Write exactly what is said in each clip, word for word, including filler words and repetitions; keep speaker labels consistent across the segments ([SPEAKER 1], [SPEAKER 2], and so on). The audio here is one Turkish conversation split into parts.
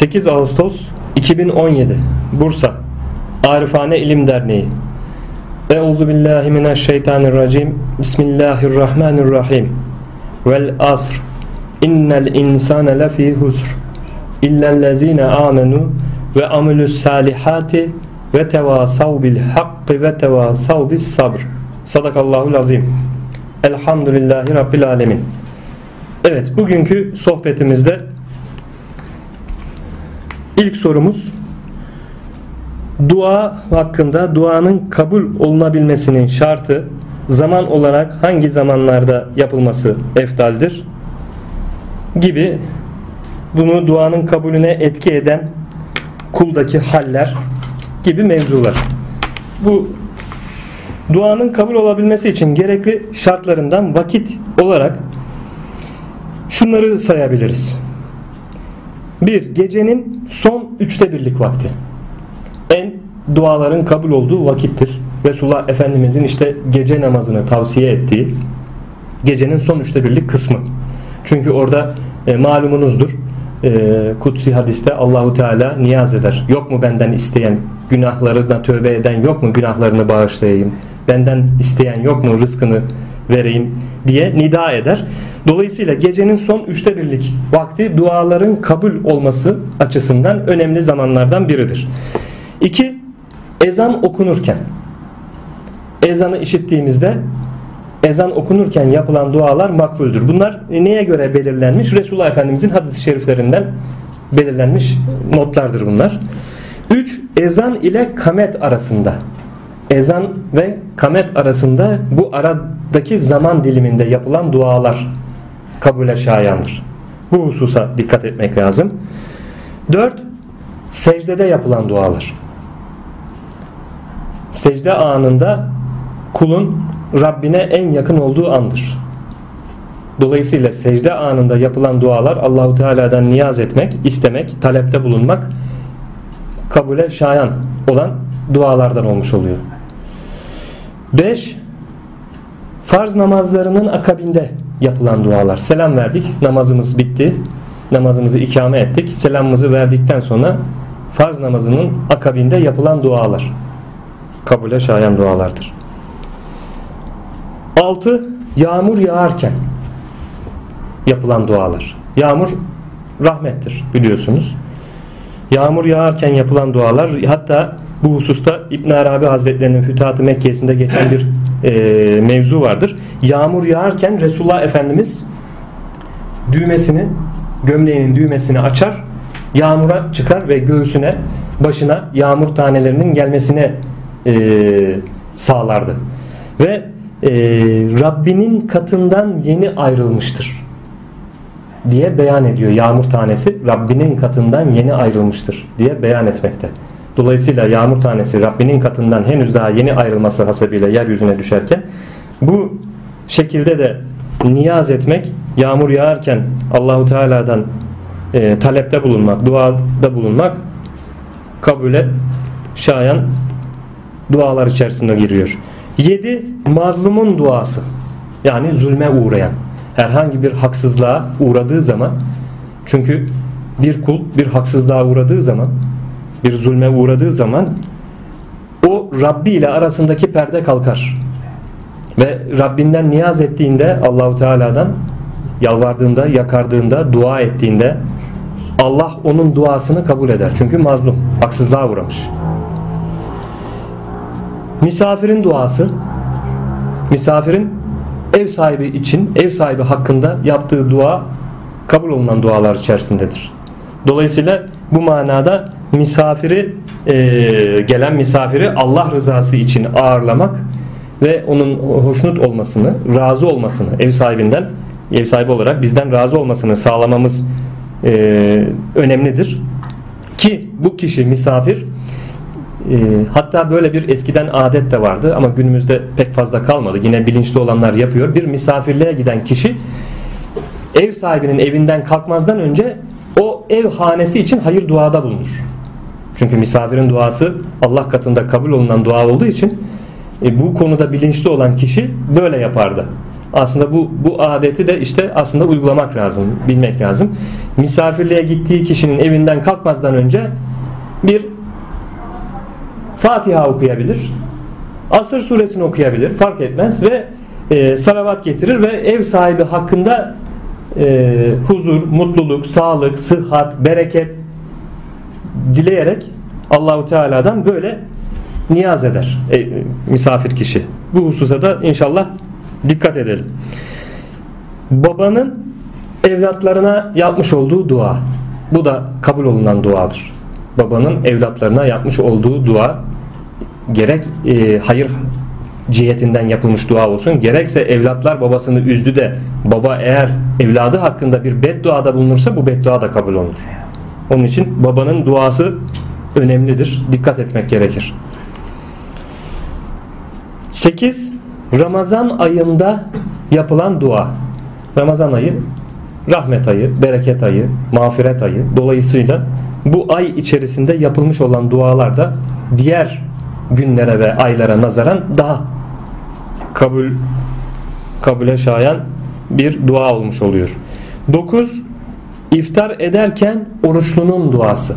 [SPEAKER 1] sekiz Ağustos iki bin on yedi Bursa Arifane İlim Derneği. Euzubillahimineşşeytanirracim. Bismillahirrahmanirrahim. Vel asr. İnnel insane lefî husr. İllellezîne âmenû ve amilus salihati ve tevâsav bil hakkı ve tevâsav bis sabr. Sadakallahul azim. Elhamdülillahi Rabbil alemin. Evet, bugünkü sohbetimizde ilk sorumuz dua hakkında, duanın kabul olunabilmesinin şartı zaman olarak hangi zamanlarda yapılması eftaldir gibi, bunu duanın kabulüne etki eden kuldaki haller gibi mevzular. Bu duanın kabul olabilmesi için gerekli şartlarından vakit olarak şunları sayabiliriz. Bir, gecenin son üçte birlik vakti. En duaların kabul olduğu vakittir. Resulullah Efendimizin işte gece namazını tavsiye ettiği gecenin son üçte birlik kısmı. Çünkü orada e, malumunuzdur, e, kutsi hadiste Allahu Teala niyaz eder. Yok mu benden isteyen, günahlarına tövbe eden yok mu günahlarını bağışlayayım? Benden isteyen yok mu rızkını vereyim diye nida eder. Dolayısıyla gecenin son üçte birlik vakti duaların kabul olması açısından önemli zamanlardan biridir. İki, ezan okunurken, ezanı işittiğimizde ezan okunurken yapılan dualar makbuldür. Bunlar neye göre belirlenmiş? Resulullah Efendimizin hadis-i şeriflerinden belirlenmiş notlardır bunlar. Üç, ezan ile kamet arasında, ezan ve kamet arasında bu aradaki zaman diliminde yapılan dualar kabule şayandır. Bu hususa dikkat etmek lazım. Dört, secdede yapılan dualar. Secde anında kulun Rabbine en yakın olduğu andır. Dolayısıyla secde anında yapılan dualar, Allahu Teala'dan niyaz etmek, istemek, talepte bulunmak kabule şayan olan dualardan olmuş oluyor. Beş, farz namazlarının akabinde yapılan dualar. Selam verdik, namazımız bitti, namazımızı ikame ettik, selamımızı verdikten sonra farz namazının akabinde yapılan dualar kabule şayan dualardır. Altı, yağmur yağarken yapılan dualar. Yağmur rahmettir biliyorsunuz. Yağmur yağarken yapılan dualar, hatta bu hususta İbn Arabi Hazretlerinin Fütuhat-ı Mekkiyesinde geçen bir e, mevzu vardır. Yağmur yağarken Resulullah Efendimiz düğmesini, gömleğinin düğmesini açar, yağmura çıkar ve göğsüne, başına yağmur tanelerinin gelmesine e, sağlardı. Ve e, Rabbinin katından yeni ayrılmıştır diye beyan ediyor. Yağmur tanesi Rabbinin katından yeni ayrılmıştır diye beyan etmekte. Dolayısıyla yağmur tanesi Rabbinin katından henüz daha yeni ayrılması hasebiyle yeryüzüne düşerken bu şekilde de niyaz etmek, yağmur yağarken Allahu Teala'dan e, talepte bulunmak, duada bulunmak kabule şayan dualar içerisinde giriyor. Yedi, mazlumun duası. Yani zulme uğrayan, herhangi bir haksızlığa uğradığı zaman, çünkü bir kul bir haksızlığa uğradığı zaman, bir zulme uğradığı zaman o Rabbi ile arasındaki perde kalkar. Ve Rabbinden niyaz ettiğinde, Allahu Teala'dan yalvardığında, yakardığında, dua ettiğinde Allah onun duasını kabul eder. Çünkü mazlum, haksızlığa uğramış. Misafirin duası, misafirin ev sahibi için, ev sahibi hakkında yaptığı dua kabul olunan dualar içerisindedir. Dolayısıyla bu manada misafiri, e, gelen misafiri Allah rızası için ağırlamak ve onun hoşnut olmasını, razı olmasını, ev sahibinden, ev sahibi olarak bizden razı olmasını sağlamamız e, önemlidir. Ki bu kişi misafir, e, hatta böyle bir eskiden adet de vardı ama günümüzde pek fazla kalmadı. Yine bilinçli olanlar yapıyor. Bir misafirliğe giden kişi ev sahibinin evinden kalkmazdan önce o ev hanesi için hayır duada bulunur. Çünkü misafirin duası Allah katında kabul olunan dua olduğu için e, bu konuda bilinçli olan kişi böyle yapardı. Aslında bu bu adeti de işte aslında uygulamak lazım, bilmek lazım. Misafirliğe gittiği kişinin evinden kalkmazdan önce bir Fatiha okuyabilir, Asr suresini okuyabilir, fark etmez ve e, salavat getirir ve ev sahibi hakkında e, huzur, mutluluk, sağlık, sıhhat, bereket dileyerek Allahu Teala'dan böyle niyaz eder e, misafir kişi. Bu hususa da inşallah dikkat edelim. Babanın evlatlarına yapmış olduğu dua. Bu da kabul olunan duadır. Babanın evlatlarına yapmış olduğu dua gerek e, hayır cihetinden yapılmış dua olsun, gerekse evlatlar babasını üzdü de baba eğer evladı hakkında bir bedduada bulunursa bu beddua da kabul olunur. Onun için babanın duası önemlidir. Dikkat etmek gerekir. sekiz. Ramazan ayında yapılan dua. Ramazan ayı rahmet ayı, bereket ayı, mağfiret ayı. Dolayısıyla bu ay içerisinde yapılmış olan dualar da diğer günlere ve aylara nazaran daha kabul kabule şayan bir dua olmuş oluyor. dokuz. İftar ederken oruçlunun duası.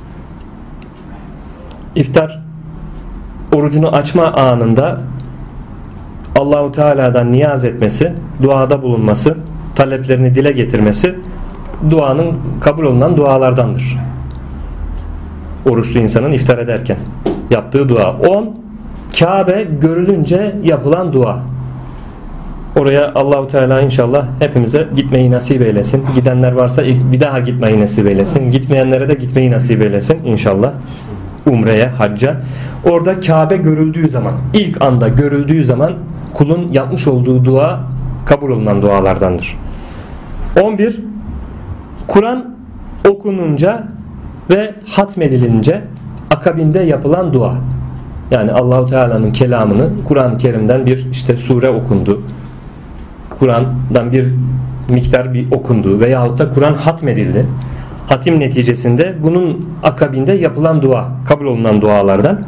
[SPEAKER 1] İftar orucunu açma anında Allahu Teala'dan niyaz etmesi, duada bulunması, taleplerini dile getirmesi duanın kabul olunan dualardandır. Oruçlu insanın iftar ederken yaptığı dua. on. Kabe görülünce yapılan dua. Oraya Allahu Teala inşallah hepimize gitmeyi nasip eylesin. Gidenler varsa bir daha gitmeyi nasip eylesin. Gitmeyenlere de gitmeyi nasip eylesin inşallah. Umreye, hacca. Orada Kabe görüldüğü zaman, ilk anda görüldüğü zaman kulun yapmış olduğu dua kabul olunan dualardandır. on bir. Kur'an okununca ve hatmedilince akabinde yapılan dua. Yani Allahu Teala'nın kelamını Kur'an-ı Kerim'den bir işte sure okundu. Kur'an'dan bir miktar bir okundu veyahut da Kur'an hatmedildi. Hatim neticesinde bunun akabinde yapılan dua kabul olunan dualardan.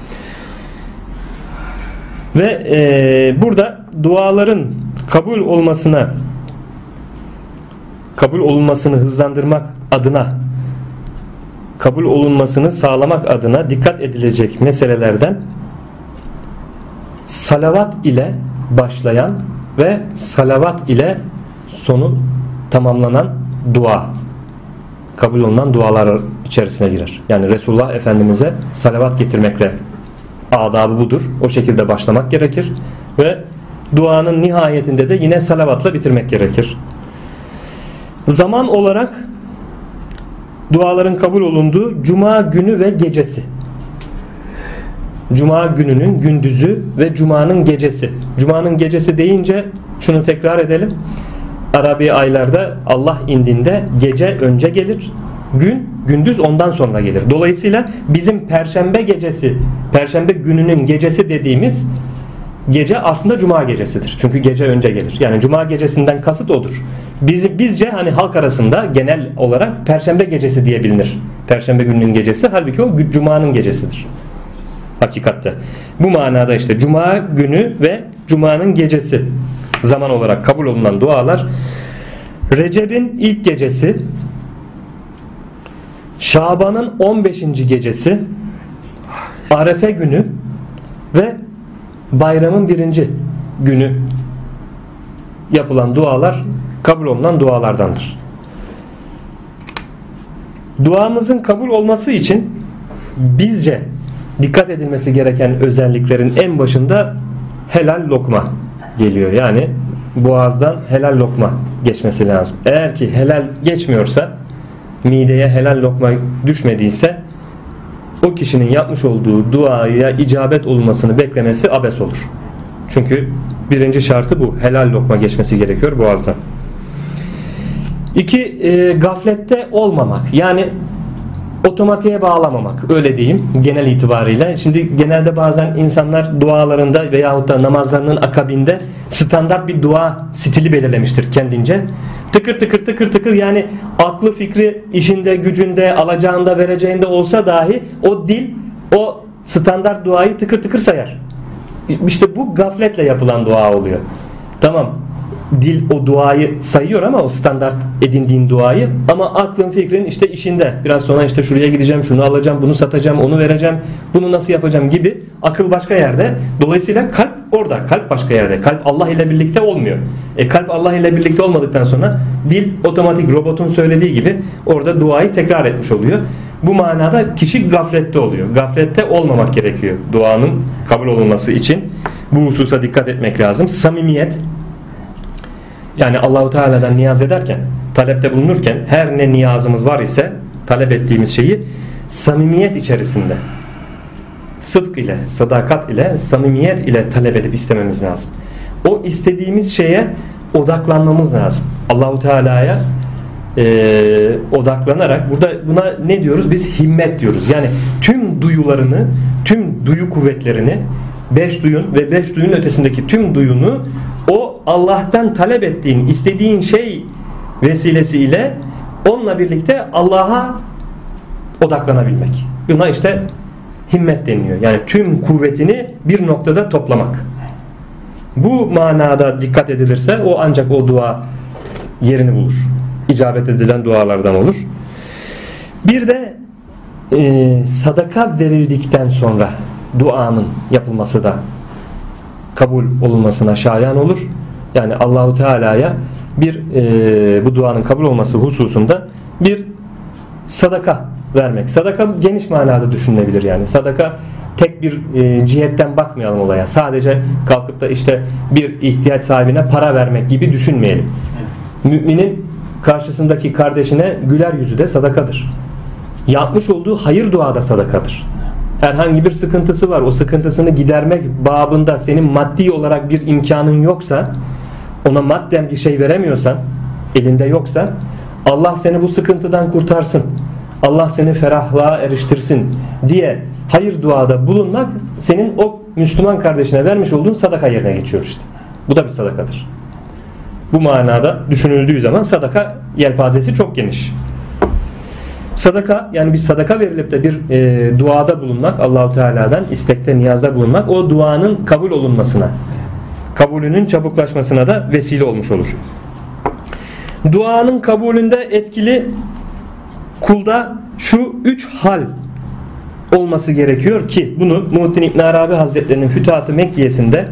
[SPEAKER 1] Ve e, burada duaların kabul olmasına kabul olunmasını hızlandırmak adına, kabul olunmasını sağlamak adına dikkat edilecek meselelerden salavat ile başlayan ve salavat ile sonu tamamlanan dua kabul olunan dualar içerisine girer. Yani Resulullah Efendimiz'e salavat getirmekle adabı budur. O şekilde başlamak gerekir ve duanın nihayetinde de yine salavatla bitirmek gerekir. Zaman olarak duaların kabul olunduğu Cuma günü ve gecesi. Cuma gününün gündüzü ve Cuma'nın gecesi. Cuma'nın gecesi deyince şunu tekrar edelim. Arabi aylarda Allah indinde gece önce gelir. Gün, gündüz ondan sonra gelir. Dolayısıyla bizim Perşembe gecesi, Perşembe gününün gecesi dediğimiz gece aslında Cuma gecesidir. Çünkü gece önce gelir. Yani Cuma gecesinden kasıt odur. Biz, bizce hani halk arasında genel olarak Perşembe gecesi diye bilinir. Perşembe gününün gecesi. Halbuki o Cuma'nın gecesidir. Hakikatte. Bu manada işte Cuma günü ve Cuma'nın gecesi zaman olarak kabul olunan dualar. Recep'in ilk gecesi, Şaban'ın on beşinci gecesi, Arefe günü ve bayramın birinci günü yapılan dualar kabul olunan dualardandır. Duamızın kabul olması için bizce dikkat edilmesi gereken özelliklerin en başında helal lokma geliyor. Yani boğazdan helal lokma geçmesi lazım. Eğer ki helal geçmiyorsa, mideye helal lokma düşmediyse o kişinin yapmış olduğu duaya icabet olmasını beklemesi abes olur. Çünkü birinci şartı bu. Helal lokma geçmesi gerekiyor boğazdan. İki, e, gaflette olmamak. Yani otomatiğe bağlamamak. Öyle diyeyim genel itibariyle. Şimdi genelde bazen insanlar dualarında veyahut da namazlarının akabinde standart bir dua stili belirlemiştir kendince. Tıkır tıkır tıkır tıkır, yani aklı fikri işinde gücünde alacağında vereceğinde olsa dahi o dil o standart duayı tıkır tıkır sayar. İşte bu gafletle yapılan dua oluyor. Tamam, dil o duayı sayıyor ama o standart edindiğin duayı, ama aklın fikrin işte işinde. Biraz sonra işte şuraya gideceğim, şunu alacağım, bunu satacağım, onu vereceğim, bunu nasıl yapacağım gibi, akıl başka yerde. Dolayısıyla kalp orada, kalp başka yerde. Kalp Allah ile birlikte olmuyor. E kalp Allah ile birlikte olmadıktan sonra dil otomatik robotun söylediği gibi orada duayı tekrar etmiş oluyor. Bu manada kişi gaflette oluyor. Gaflette olmamak gerekiyor duanın kabul olunması için. Bu hususa dikkat etmek lazım. Samimiyet, yani Allahu Teala'dan niyaz ederken, talepte bulunurken her ne niyazımız var ise talep ettiğimiz şeyi samimiyet içerisinde, sıdk ile, sadakat ile, samimiyet ile talep edip istememiz lazım. O istediğimiz şeye odaklanmamız lazım. Allahu Teala'ya e, odaklanarak, burada buna ne diyoruz? Biz himmet diyoruz. Yani tüm duyularını, tüm duyu kuvvetlerini, beş duyun ve beş duyun ötesindeki tüm duyunu o Allah'tan talep ettiğin, istediğin şey vesilesiyle onunla birlikte Allah'a odaklanabilmek. Buna işte himmet deniliyor. Yani tüm kuvvetini bir noktada toplamak. Bu manada dikkat edilirse o ancak o dua yerini bulur. İcabet edilen dualardan olur. Bir de e, sadaka verildikten sonra duanın yapılması da kabul olunmasına şayan olur. Yani Allahu Teala'ya bir e, bu duanın kabul olması hususunda bir sadaka vermek. Sadaka geniş manada düşünülebilir yani. Sadaka tek bir e, cihetten bakmayalım olaya. Sadece kalkıp da işte bir ihtiyaç sahibine para vermek gibi düşünmeyelim. Müminin karşısındaki kardeşine güler yüzü de sadakadır. Yapmış olduğu hayır dua da sadakadır. Herhangi bir sıkıntısı var, o sıkıntısını gidermek babında senin maddi olarak bir imkanın yoksa, ona madden bir şey veremiyorsan, elinde yoksa, Allah seni bu sıkıntıdan kurtarsın, Allah seni ferahlığa eriştirsin diye hayır duada bulunmak senin o Müslüman kardeşine vermiş olduğun sadaka yerine geçiyor işte. Bu da bir sadakadır. Bu manada düşünüldüğü zaman sadaka yelpazesi çok geniş. Sadaka, yani bir sadaka verilip de bir e, duada bulunmak, Allahu Teala'dan istekte, niyazda bulunmak, o duanın kabul olunmasına, kabulünün çabuklaşmasına da vesile olmuş olur. Duanın kabulünde etkili Kulda şu üç hal olması gerekiyor ki bunu Muhittin İbn Arabi Hazretlerinin Fütuhat-ı Mekkiyesinde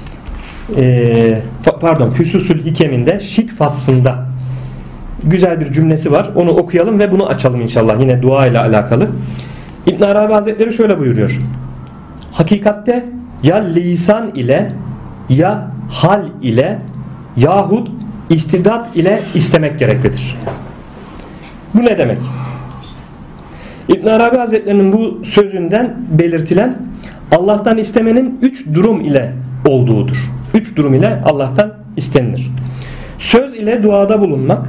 [SPEAKER 1] e, pardon Füsusül Hikeminde Şit faslında güzel bir cümlesi var. Onu okuyalım ve bunu açalım inşallah. Yine dua ile alakalı. İbn Arabi Hazretleri şöyle buyuruyor. Hakikatte ya lisan ile, ya hal ile, yahut istidat ile istemek gereklidir. Bu ne demek? İbn Arabi Hazretlerinin bu sözünden belirtilen Allah'tan istemenin üç durum ile olduğudur. Üç durum ile Allah'tan istenilir. Söz ile duada bulunmak,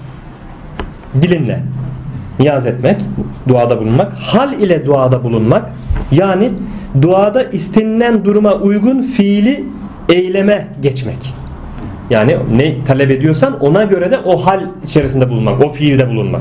[SPEAKER 1] dilinle niyaz etmek, duada bulunmak, hal ile duada bulunmak, yani duada istenilen duruma uygun fiili eyleme geçmek. Yani ne talep ediyorsan ona göre de o hal içerisinde bulunmak, o fiilde bulunmak.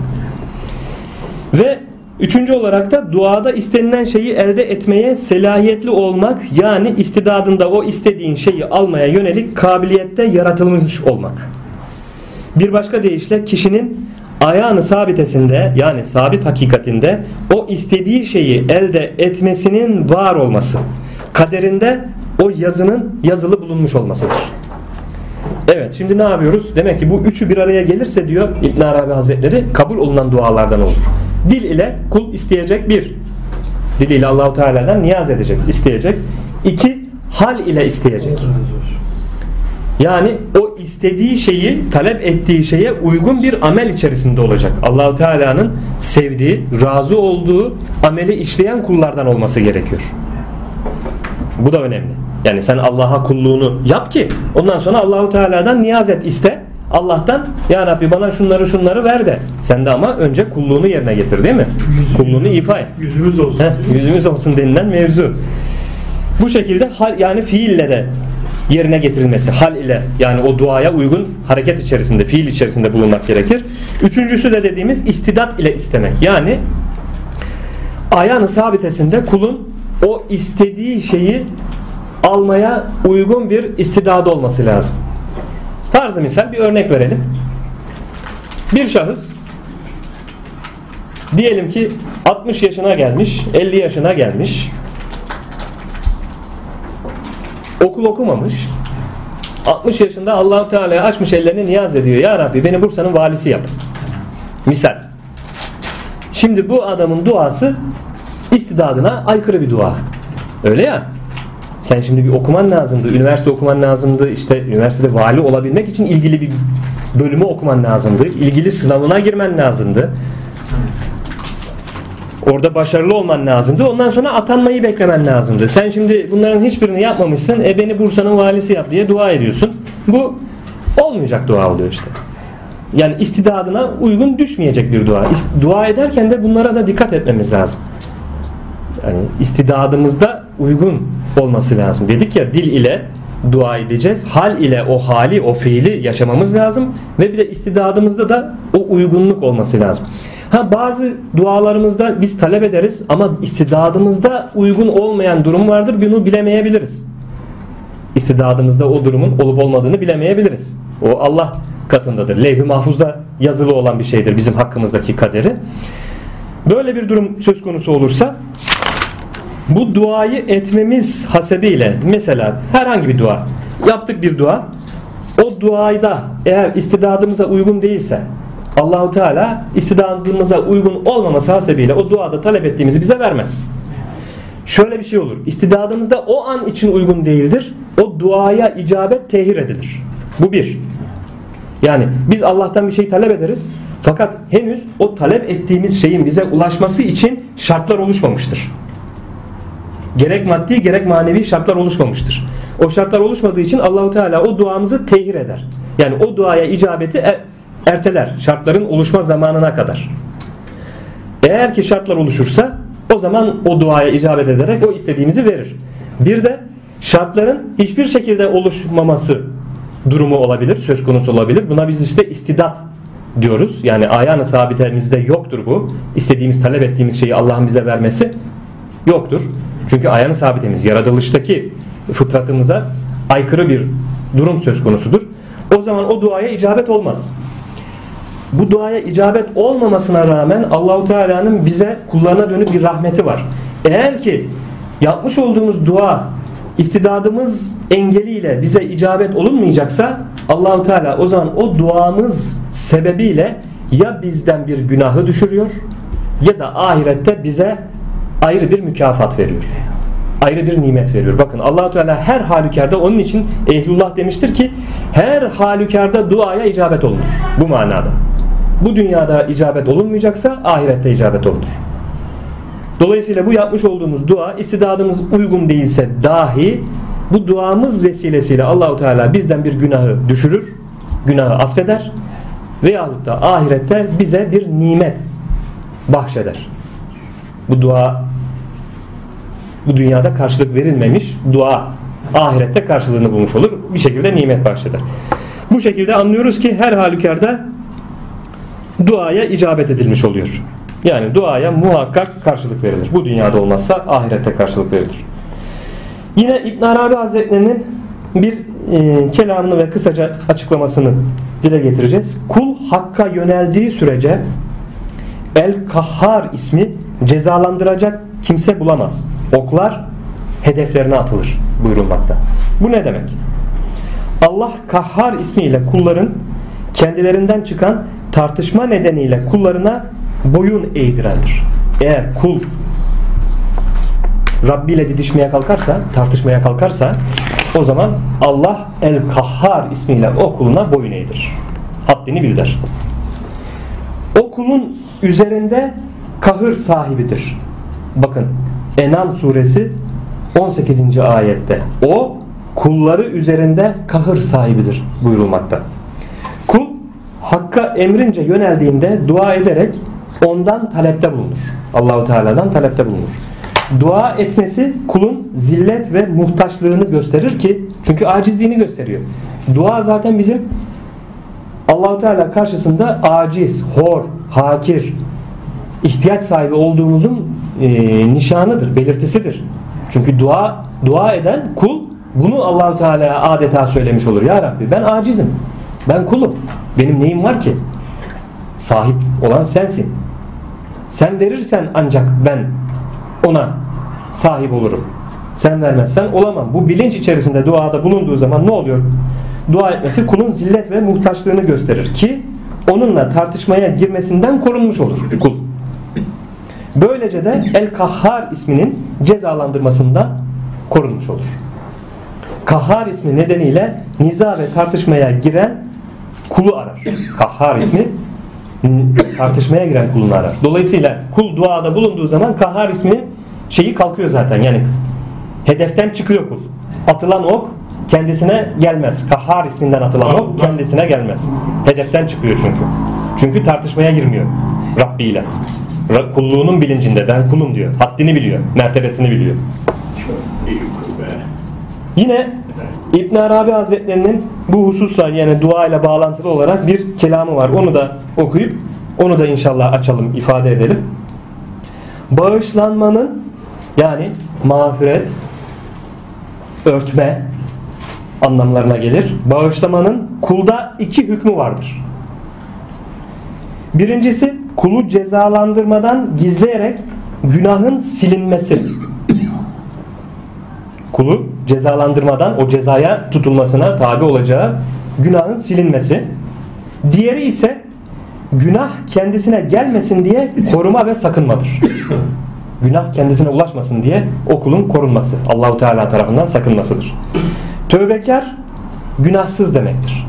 [SPEAKER 1] Ve üçüncü olarak da duada istenilen şeyi elde etmeye selahiyetli olmak, yani istidadında o istediğin şeyi almaya yönelik kabiliyette yaratılmış olmak. Bir başka deyişle kişinin ayağını sabitesinde, yani sabit hakikatinde o istediği şeyi elde etmesinin var olması, kaderinde o yazının yazılı bulunmuş olmasıdır. Evet, şimdi ne yapıyoruz? Demek ki bu üçü bir araya gelirse diyor İbn Arabi Hazretleri, kabul olunan dualardan olur. Dil ile kul isteyecek, bir. Dil ile Allahu Teala'dan niyaz edecek, isteyecek. İki, hal ile isteyecek. Yani o istediği şeyi, talep ettiği şeye uygun bir amel içerisinde olacak. Allahu Teala'nın sevdiği, razı olduğu ameli işleyen kullardan olması gerekiyor. Bu da önemli. Yani sen Allah'a kulluğunu yap ki ondan sonra Allahu Teala'dan niyaz et, iste. Allah'tan ya Rabbi bana şunları şunları ver de. Sen de ama önce kulluğunu yerine getir, değil mi? Kulluğunu ifa et.
[SPEAKER 2] Yüzümüz olsun.
[SPEAKER 1] Heh, yüzümüz olsun denilen mevzu. Bu şekilde hal, yani fiille de yerine getirilmesi, hal ile, yani o duaya uygun hareket içerisinde, fiil içerisinde bulunmak gerekir. Üçüncüsü de dediğimiz istidat ile istemek. Yani ayağını sabitesinde kulun o istediği şeyi almaya uygun bir istidadı olması lazım. Farzı misal bir örnek verelim. Bir şahıs diyelim ki altmış yaşına gelmiş, elli yaşına gelmiş. Okul okumamış. altmış yaşında Allah-u Teala'ya açmış ellerini niyaz ediyor. Ya Rabbi beni Bursa'nın valisi yap. Misal. Şimdi bu adamın duası istidadına aykırı bir dua. Öyle ya. Sen şimdi bir okuman lazımdı. Üniversite okuman lazımdı. İşte üniversitede vali olabilmek için ilgili bir bölümü okuman lazımdı. İlgili sınavına girmen lazımdı. Orada başarılı olman lazımdı. Ondan sonra atanmayı beklemen lazımdı. Sen şimdi bunların hiçbirini yapmamışsın. E beni Bursa'nın valisi yap diye dua ediyorsun. Bu olmayacak dua oluyor işte. Yani istidadına uygun düşmeyecek bir dua. Dua ederken de bunlara da dikkat etmemiz lazım. Yani istidadımızda uygun olması lazım. Dedik ya, dil ile dua edeceğiz. Hal ile o hali, o fiili yaşamamız lazım. Ve bir de istidadımızda da o uygunluk olması lazım. Ha, bazı dualarımızda biz talep ederiz ama istidadımızda uygun olmayan durum vardır. Bunu bilemeyebiliriz. İstidadımızda o durumun olup olmadığını bilemeyebiliriz. O Allah katındadır. Levh-i Mahfuz'da yazılı olan bir şeydir bizim hakkımızdaki kaderi. Böyle bir durum söz konusu olursa bu duayı etmemiz hasebiyle, mesela herhangi bir dua yaptık, bir dua, o duayda eğer istidadımıza uygun değilse, Allahu Teala istidadımıza uygun olmaması hasebiyle o duada talep ettiğimizi bize vermez. Şöyle bir şey olur. İstidadımızda o an için uygun değildir. O duaya icabet tehir edilir. Bu bir. Yani biz Allah'tan bir şey talep ederiz. Fakat henüz o talep ettiğimiz şeyin bize ulaşması için şartlar oluşmamıştır. Gerek maddi gerek manevi şartlar oluşmamıştır. O şartlar oluşmadığı için Allahu Teala o duamızı tehir eder. Yani o duaya icabeti er- erteler. Şartların oluşma zamanına kadar. Eğer ki şartlar oluşursa o zaman o duaya icabet ederek o istediğimizi verir. Bir de şartların hiçbir şekilde oluşmaması durumu olabilir, söz konusu olabilir. Buna biz işte istidat diyoruz. Yani ayağını sabitemizde yoktur bu. İstediğimiz, talep ettiğimiz şeyi Allah'ın bize vermesi yoktur. Çünkü ayağını sabitemiz yaratılıştaki fıtratımıza aykırı bir durum söz konusudur. O zaman o duaya icabet olmaz. Bu duaya icabet olmamasına rağmen Allahu Teala'nın bize, kullarına dönük bir rahmeti var. Eğer ki yapmış olduğumuz dua istidadımız engeliyle bize icabet olunmayacaksa Allahu Teala o zaman o duamız sebebiyle ya bizden bir günahı düşürüyor ya da ahirette bize ayrı bir mükafat veriyor. Ayrı bir nimet veriyor. Bakın Allahu Teala her halükarda, onun için ehlullah demiştir ki her halükarda duaya icabet olunur. Bu manada. Bu dünyada icabet olunmayacaksa ahirette icabet olunur. Dolayısıyla bu yapmış olduğumuz dua istidadımız uygun değilse dahi bu duamız vesilesiyle Allahu Teala bizden bir günahı düşürür, günahı affeder veyahut da ahirette bize bir nimet bahşeder. Bu dua bu dünyada karşılık verilmemiş dua ahirette karşılığını bulmuş olur. Bir şekilde nimet bahşeder. Bu şekilde anlıyoruz ki her halükarda duaya icabet edilmiş oluyor. Yani duaya muhakkak karşılık verilir. Bu dünyada olmazsa ahirette karşılık verilir. Yine İbn Arabi Hazretleri'nin bir e, kelamını ve kısaca açıklamasını dile getireceğiz. Kul hakka yöneldiği sürece El-Kahhar ismi cezalandıracak kimse bulamaz. Oklar hedeflerine atılır buyurulmakta. Bu ne demek? Allah Kahhar ismiyle kulların kendilerinden çıkan tartışma nedeniyle kullarına boyun eğdirendir. Eğer kul Rabbi ile didişmeye kalkarsa, tartışmaya kalkarsa o zaman Allah El-Kahhar ismiyle o kuluna boyun eğdirir. Haddini bildir. O kulun üzerinde kahır sahibidir. Bakın En'am suresi on sekizinci ayette o kulları üzerinde kahır sahibidir buyurulmakta. Kul Hakk'a emrince yöneldiğinde dua ederek ondan talepte bulunur. Allahu Teala'dan talepte bulunur. Dua etmesi kulun zillet ve muhtaçlığını gösterir ki, çünkü acizliğini gösteriyor. Dua zaten bizim Allahu Teala karşısında aciz, hor, hakir, ihtiyaç sahibi olduğumuzun e, nişanıdır, belirtisidir. Çünkü dua dua eden kul bunu Allahu Teala'ya adeta söylemiş olur. Ya Rabbi ben acizim. Ben kulum. Benim neyim var ki? Sahip olan sensin. Sen verirsen ancak ben ona sahip olurum. Sen vermezsen olamam. Bu bilinç içerisinde duada bulunduğu zaman ne oluyor? Dua etmesi kulun zillet ve muhtaçlığını gösterir ki onunla tartışmaya girmesinden korunmuş olur kul. Böylece de El-Kahhar isminin cezalandırmasından korunmuş olur. Kahhar ismi nedeniyle niza ve tartışmaya giren kulu arar. Kahhar ismi tartışmaya giren kulunu arar. Dolayısıyla kul duada bulunduğu zaman Kahhar ismi şeyi kalkıyor zaten. Yani hedeften çıkıyor kul. Atılan ok kendisine gelmez. Kahhar isminden atılan ok kendisine gelmez. Hedeften çıkıyor çünkü. Çünkü tartışmaya girmiyor Rabbi ile. Kulluğunun bilincinde ben kulum diyor. Haddini biliyor. Mertebesini biliyor. Yine İbn Arabi Hazretlerinin bu hususla yani dua ile bağlantılı olarak bir kelamı var. Onu da okuyup onu da inşallah açalım, ifade edelim. Bağışlanmanın yani mağfiret, örtme anlamlarına gelir. Bağışlamanın kulda iki hükmü vardır. Birincisi kulu cezalandırmadan gizleyerek günahın silinmesi. Kulu cezalandırmadan o cezaya tutulmasına tabi olacağı günahın silinmesi. Diğeri ise günah kendisine gelmesin diye koruma ve sakınmadır. Günah kendisine ulaşmasın diye o kulun korunması. Allahu Teala tarafından sakınmasıdır. Tövbekar günahsız demektir.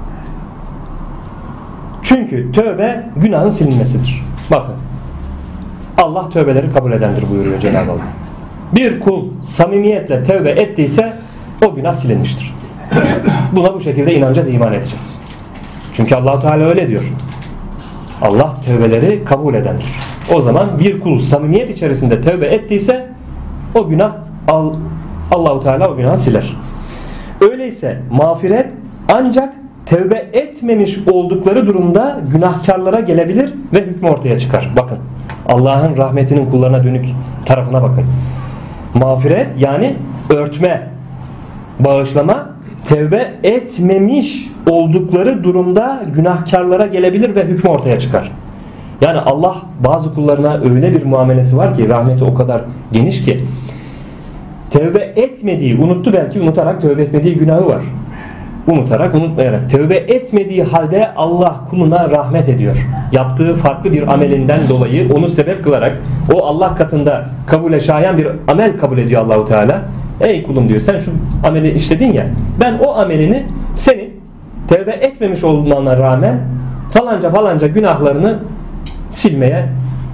[SPEAKER 1] Çünkü tövbe günahın silinmesidir. Bakın. Allah tövbeleri kabul edendir buyuruyor Cenab-ı Allah. Bir kul samimiyetle tövbe ettiyse o günah silinmiştir. Buna bu şekilde inanacağız, iman edeceğiz. Çünkü Allah Teala öyle diyor. Allah tövbeleri kabul edendir. O zaman bir kul samimiyet içerisinde tövbe ettiyse o günah Allah-u Teala o günahı siler. Öyleyse mağfiret ancak tövbe etmemiş oldukları durumda günahkarlara gelebilir ve hükmü ortaya çıkar. Bakın. Allah'ın rahmetinin kullarına dönük tarafına bakın. Mağfiret yani örtme, bağışlama tevbe etmemiş oldukları durumda günahkarlara gelebilir ve hükmü ortaya çıkar. Yani Allah bazı kullarına öyle bir muamelesi var ki rahmeti o kadar geniş ki tevbe etmediği, unuttu belki unutarak tevbe etmediği günahı var. Unutarak, unutmayarak tevbe etmediği halde Allah kuluna rahmet ediyor. Yaptığı farklı bir amelinden dolayı onu sebep kılarak o Allah katında kabule şayan bir amel kabul ediyor Allahu Teala. Ey kulum diyor sen şu ameli işledin ya ben o amelini senin tevbe etmemiş olmana rağmen falanca falanca günahlarını silmeye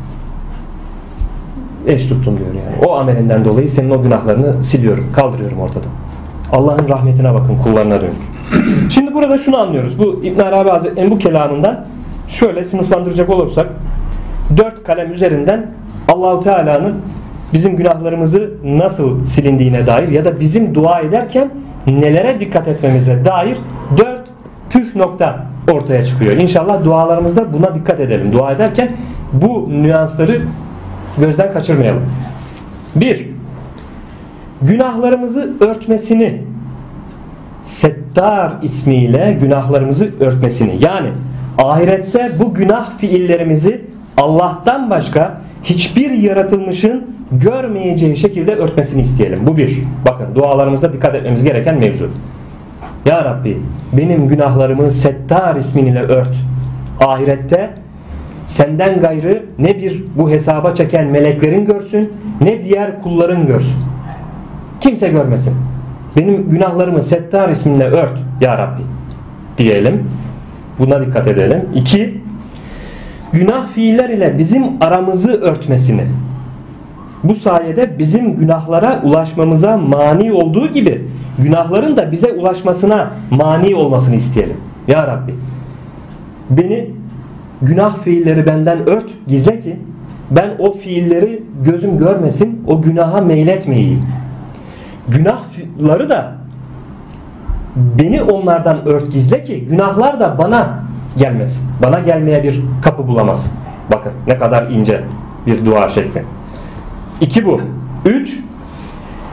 [SPEAKER 1] eş tuttum diyor yani. O amelinden dolayı senin o günahlarını siliyorum, kaldırıyorum ortadan. Allah'ın rahmetine bakın kullarına dönük. Şimdi burada şunu anlıyoruz. Bu İbn Arabi Hazretleri'nin bu kelamından şöyle sınıflandıracak olursak dört kalem üzerinden Allahu Teala'nın bizim günahlarımızı nasıl silindiğine dair ya da bizim dua ederken nelere dikkat etmemize dair dört püf nokta ortaya çıkıyor. İnşallah dualarımızda buna dikkat edelim. Dua ederken bu nüansları gözden kaçırmayalım. Bir, günahlarımızı örtmesini, Settar ismiyle günahlarımızı örtmesini, yani ahirette bu günah fiillerimizi Allah'tan başka hiçbir yaratılmışın görmeyeceği şekilde örtmesini isteyelim. Bu bir. Bakın dualarımızda dikkat etmemiz gereken mevzu. Ya Rabbi benim günahlarımı Settar isminle ört. Ahirette senden gayrı ne bir bu hesaba çeken meleklerin görsün ne diğer kulların görsün. Kimse görmesin. Benim günahlarımı Settar isminle ört ya Rabbi diyelim. Buna dikkat edelim. İki, günah fiiller ile bizim aramızı örtmesini. Bu sayede bizim günahlara ulaşmamıza mani olduğu gibi günahların da bize ulaşmasına mani olmasını isteyelim. Ya Rabbi beni günah fiilleri benden ört, gizle ki ben o fiilleri gözüm görmesin, o günaha meyletmeyeyim. Günahları da beni onlardan ört, gizle ki günahlar da bana gelmesin. Bana gelmeye bir kapı bulamasın. Bakın ne kadar ince bir dua şekli. İki bu. Üç,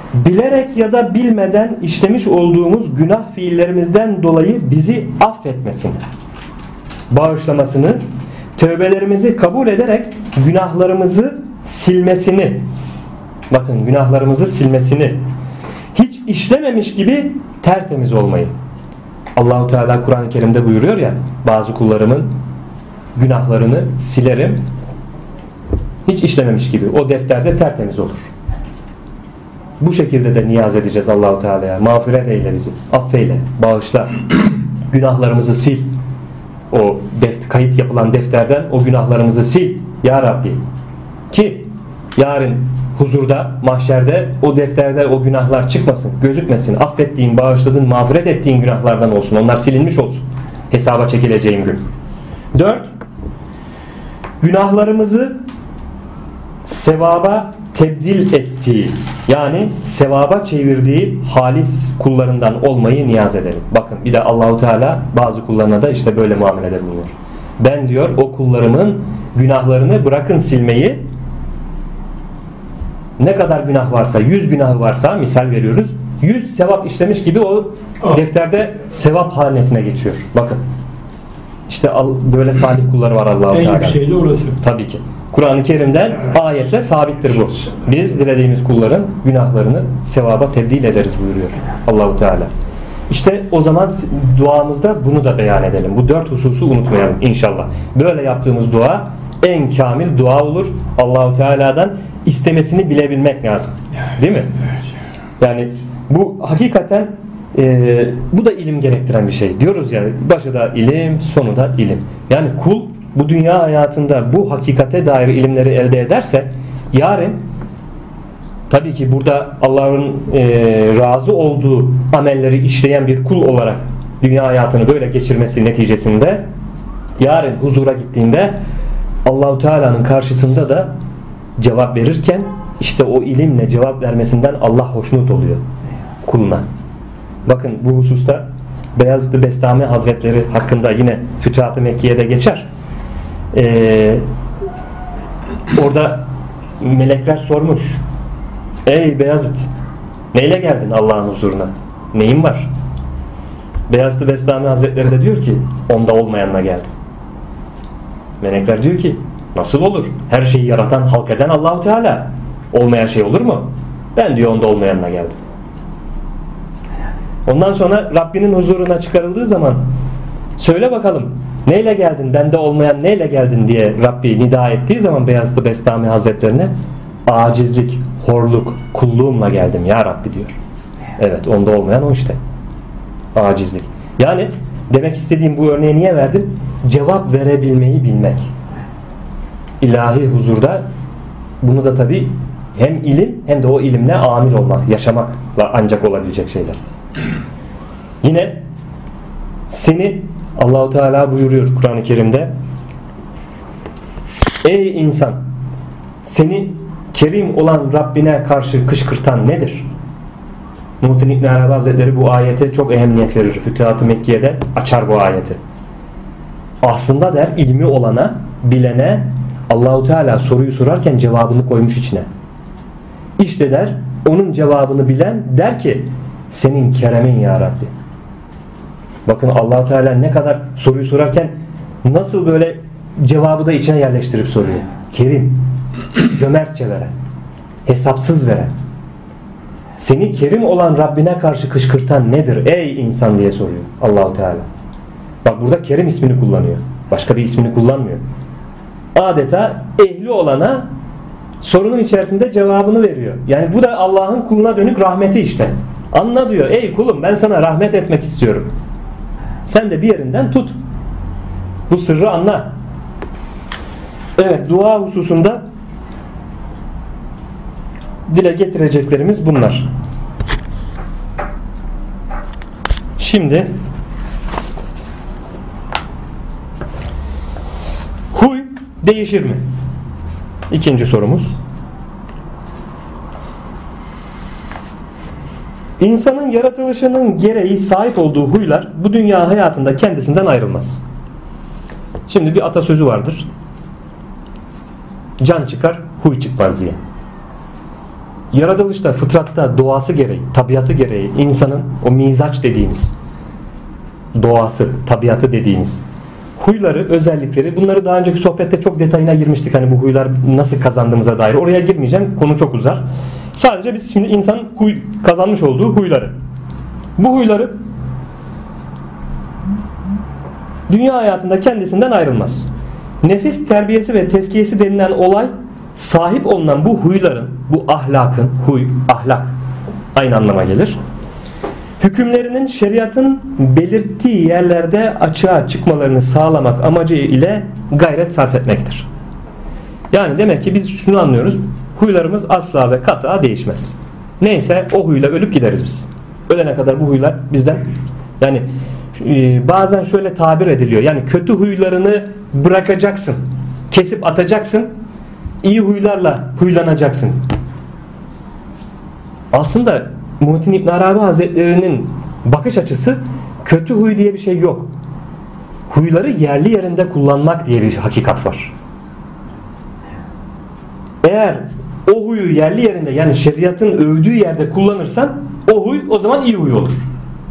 [SPEAKER 1] bilerek ya da bilmeden işlemiş olduğumuz günah fiillerimizden dolayı bizi affetmesini, bağışlamasını, tövbelerimizi kabul ederek günahlarımızı silmesini, bakın günahlarımızı silmesini, hiç işlememiş gibi tertemiz olmayı. Allahu Teala Kur'an-ı Kerim'de buyuruyor ya, bazı kullarımın günahlarını silerim, hiç işlememiş gibi, o defterde tertemiz olur. Bu şekilde de niyaz edeceğiz Allahu Teala'ya. Mağfiret eyle bizi, affeyle, bağışla, günahlarımızı sil. O deft, kayıt yapılan defterden o günahlarımızı sil ya Rabbi. Ki yarın huzurda, mahşerde o defterde o günahlar çıkmasın, gözükmesin. Affettiğin, bağışladığın, mağfiret ettiğin günahlardan olsun. Onlar silinmiş olsun. Hesaba çekileceğim gün. Dört, günahlarımızı sevaba tebdil ettiği, yani sevaba çevirdiği halis kullarından olmayı niyaz edelim. Bakın bir de Allahu Teala bazı kullarına da işte böyle muamelede bulunuyor. Ben diyor o kullarımın günahlarını bırakın silmeyi, ne kadar günah varsa, yüz günahı varsa misal veriyoruz, yüz sevap işlemiş gibi o defterde sevap hanesine geçiyor. Bakın. İşte böyle salih kulları var Allahu Teala.
[SPEAKER 2] En yüksek orası.
[SPEAKER 1] Tabii ki. Kur'an-ı Kerim'den ayetle sabittir bu. Biz dilediğimiz kulların günahlarını sevaba tebdil ederiz buyuruyor Allahu Teala. İşte o zaman duamızda bunu da beyan edelim. Bu dört hususu unutmayalım inşallah. Böyle yaptığımız dua en kamil dua olur. Allahu Teala'dan istemesini bilebilmek lazım. Değil mi? Yani bu hakikaten e, bu da ilim gerektiren bir şey. Diyoruz ya, başı da ilim, sonu da ilim. Yani kul bu dünya hayatında bu hakikate dair ilimleri elde ederse yarın tabii ki burada Allah'ın e, razı olduğu amelleri işleyen bir kul olarak dünya hayatını böyle geçirmesi neticesinde yarın huzura gittiğinde Allahu Teala'nın karşısında da cevap verirken işte o ilimle cevap vermesinden Allah hoşnut oluyor kuluna. Bakın bu hususta Beyazıt-ı Bestami Hazretleri hakkında yine Fütuhat-ı Mekke'de geçer. Ee, orada melekler sormuş. Ey Beyazıt, neyle geldin Allah'ın huzuruna? Neyin var? Beyazıt-ı Bestami Hazretleri de diyor ki onda olmayanla geldim. Melekler diyor ki nasıl olur? Her şeyi yaratan, halk eden Allahu Teala. Olmayan şey olur mu? Ben diyor onda olmayanla geldim. Ondan sonra Rabbinin huzuruna çıkarıldığı zaman söyle bakalım neyle geldin, bende olmayan neyle geldin diye Rabbi nida ettiği zaman Beyazıt-ı Bestami Hazretlerine acizlik, horluk, kulluğumla geldim ya Rabbi diyor. Evet, onda olmayan o işte. Acizlik. Yani demek istediğim bu örneği niye verdim? Cevap verebilmeyi bilmek. İlahi huzurda bunu da tabi hem ilim hem de o ilimle amil olmak, yaşamakla ancak olabilecek şeyler. Yine seni Allahu Teala buyuruyor Kur'an-ı Kerim'de, ey insan, seni kerim olan Rabbine karşı kışkırtan nedir? Muhittin İbn Arabi Hazretleri bu ayete çok ehemmiyet verir. Fütuhat-ı Mekke'de açar bu ayeti. Aslında der ilmi olana, bilene Allahu Teala soruyu sorarken cevabını koymuş içine. İşte der onun cevabını bilen der ki senin keremin ya Rabbi. Bakın Allahu Teala ne kadar soruyu sorarken nasıl böyle cevabı da içine yerleştirip soruyor. Kerim, cömertçe veren, hesapsız veren. Seni kerim olan Rabbine karşı kışkırtan nedir ey insan diye soruyor Allahu Teala. Bak burada kerim ismini kullanıyor. Başka bir ismini kullanmıyor. Adeta ehli olana sorunun içerisinde cevabını veriyor. Yani bu da Allah'ın kuluna dönük rahmeti işte. Anla diyor. Ey kulum ben sana rahmet etmek istiyorum. Sen de bir yerinden tut. Bu sırrı anla. Evet, dua hususunda dile getireceklerimiz bunlar. Şimdi huy değişir mi? İkinci sorumuz. İnsanın yaratılışının gereği sahip olduğu huylar bu dünya hayatında kendisinden ayrılmaz. Şimdi bir atasözü vardır. Can çıkar, huy çıkmaz diye. yaratılışta, fıtratta, doğası gereği, tabiatı gereği insanın o mizaç dediğimiz doğası, tabiatı dediğimiz huyları, özellikleri, bunları daha önceki sohbette çok detayına girmiştik. Hani bu huylar nasıl kazandığımıza dair. Oraya girmeyeceğim. Konu çok uzar. Sadece biz şimdi insan huy, kazanmış olduğu huyları. Bu huyları dünya hayatında kendisinden ayrılmaz. Nefis terbiyesi ve tezkiyesi denilen olay, sahip olunan bu huyların, bu ahlakın, huy, ahlak aynı anlama gelir, hükümlerinin şeriatın belirttiği yerlerde açığa çıkmalarını sağlamak amacı ile gayret sarf etmektir. Yani demek ki biz şunu anlıyoruz: huylarımız asla ve kata değişmez. Neyse o huyla ölüp gideriz biz. Ölene kadar bu huylar bizden, yani e, bazen şöyle tabir ediliyor: yani kötü huylarını bırakacaksın, kesip atacaksın, iyi huylarla huylanacaksın. Aslında Muhittin İbn Arabi Hazretleri'nin bakış açısı, kötü huy diye bir şey yok. Huyları yerli yerinde kullanmak diye bir hakikat var. Eğer o huyu yerli yerinde, yani şeriatın övdüğü yerde kullanırsan o huy o zaman iyi huy olur.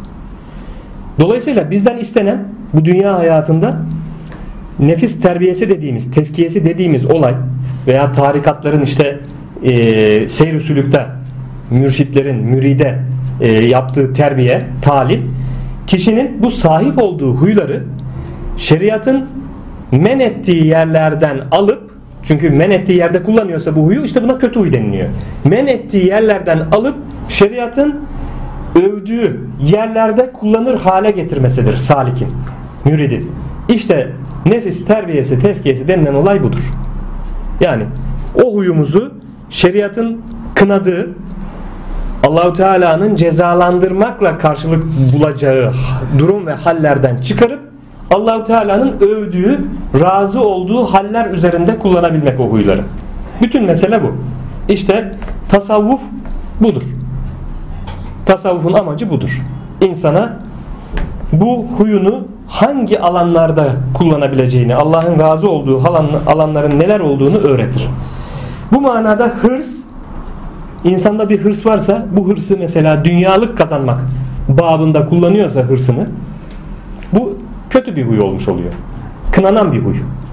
[SPEAKER 1] Dolayısıyla bizden istenen bu dünya hayatında nefis terbiyesi dediğimiz, tezkiyesi dediğimiz olay veya tarikatların işte e, seyr-i sülükte mürşitlerin müride e, yaptığı terbiye, talim, kişinin bu sahip olduğu huyları şeriatın men ettiği yerlerden alıp, çünkü men ettiği yerde kullanıyorsa bu huyu, işte buna kötü huy deniliyor. Men ettiği yerlerden alıp şeriatın övdüğü yerlerde kullanır hale getirmesidir salikin, müridin. İşte nefis terbiyesi, tezkiyesi denilen olay budur. Yani o huyumuzu şeriatın kınadığı, Allah-u Teala'nın cezalandırmakla karşılık bulacağı durum ve hallerden çıkarıp Allah-u Teala'nın övdüğü, razı olduğu haller üzerinde kullanabilmek o huyları. Bütün mesele bu. İşte tasavvuf budur. Tasavvufun amacı budur. İnsana bu huyunu hangi alanlarda kullanabileceğini, Allah'ın razı olduğu alanların neler olduğunu öğretir. Bu manada hırs, insanda bir hırs varsa, bu hırsı mesela dünyalık kazanmak babında kullanıyorsa hırsını, bu kötü bir huy olmuş oluyor. Kınanan bir huy.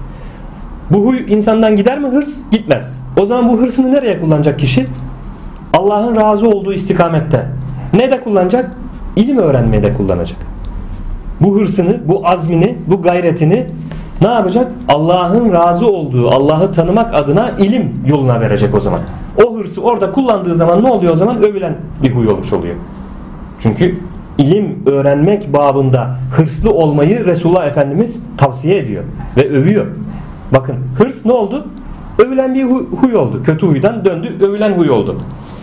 [SPEAKER 1] Bu huy insandan gider mi hırs? Gitmez. O zaman bu hırsını nereye kullanacak kişi? Allah'ın razı olduğu istikamette. Ne de kullanacak? İlim öğrenmeye de kullanacak. Bu hırsını, bu azmini, bu gayretini ne yapacak? Allah'ın razı olduğu, Allah'ı tanımak adına ilim yoluna verecek o zaman. O hırsı orada kullandığı zaman ne oluyor o zaman? Övülen bir huy olmuş oluyor. Çünkü ilim öğrenmek babında hırslı olmayı Resulullah Efendimiz tavsiye ediyor ve övüyor. Bakın, hırs ne oldu? Övülen bir huy, huy oldu. Kötü huydan döndü, övülen huy oldu.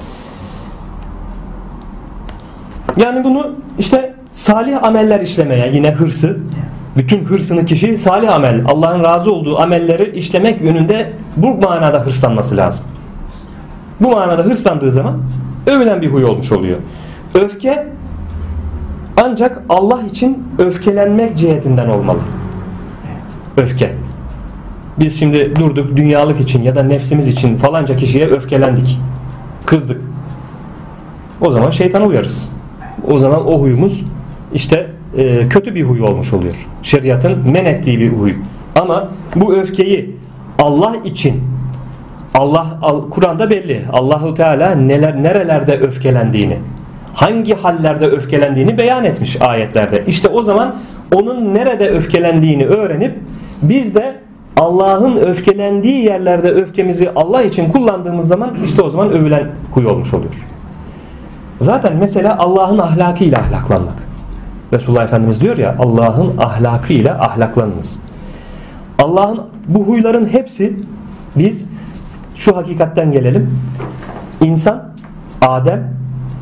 [SPEAKER 1] Yani bunu işte salih ameller işlemeye, yine hırsı, bütün hırsını kişi salih amel, Allah'ın razı olduğu amelleri işlemek yönünde bu manada hırslanması lazım. Bu manada hırslandığı zaman övülen bir huy olmuş oluyor. Öfke ancak Allah için öfkelenmek cihetinden olmalı. Öfke. Biz şimdi durduk dünyalık için ya da nefsimiz için falanca kişiye öfkelendik, kızdık. O zaman şeytana uyarız. O zaman o huyumuz işte e, kötü bir huy olmuş oluyor. Şeriatın men ettiği bir huy. Ama bu öfkeyi Allah için, Allah Kur'an'da belli. Allahu Teala neler nerelerde öfkelendiğini, hangi hallerde öfkelendiğini beyan etmiş ayetlerde. İşte o zaman onun nerede öfkelendiğini öğrenip biz de Allah'ın öfkelendiği yerlerde öfkemizi Allah için kullandığımız zaman işte o zaman övülen huy olmuş oluyor. Zaten mesela Allah'ın ahlakıyla ahlaklanmak. Resulullah Efendimiz diyor ya, Allah'ın ahlakıyla ahlaklanınız. Allah'ın bu huyların hepsi, biz şu hakikatten gelelim. İnsan, Adem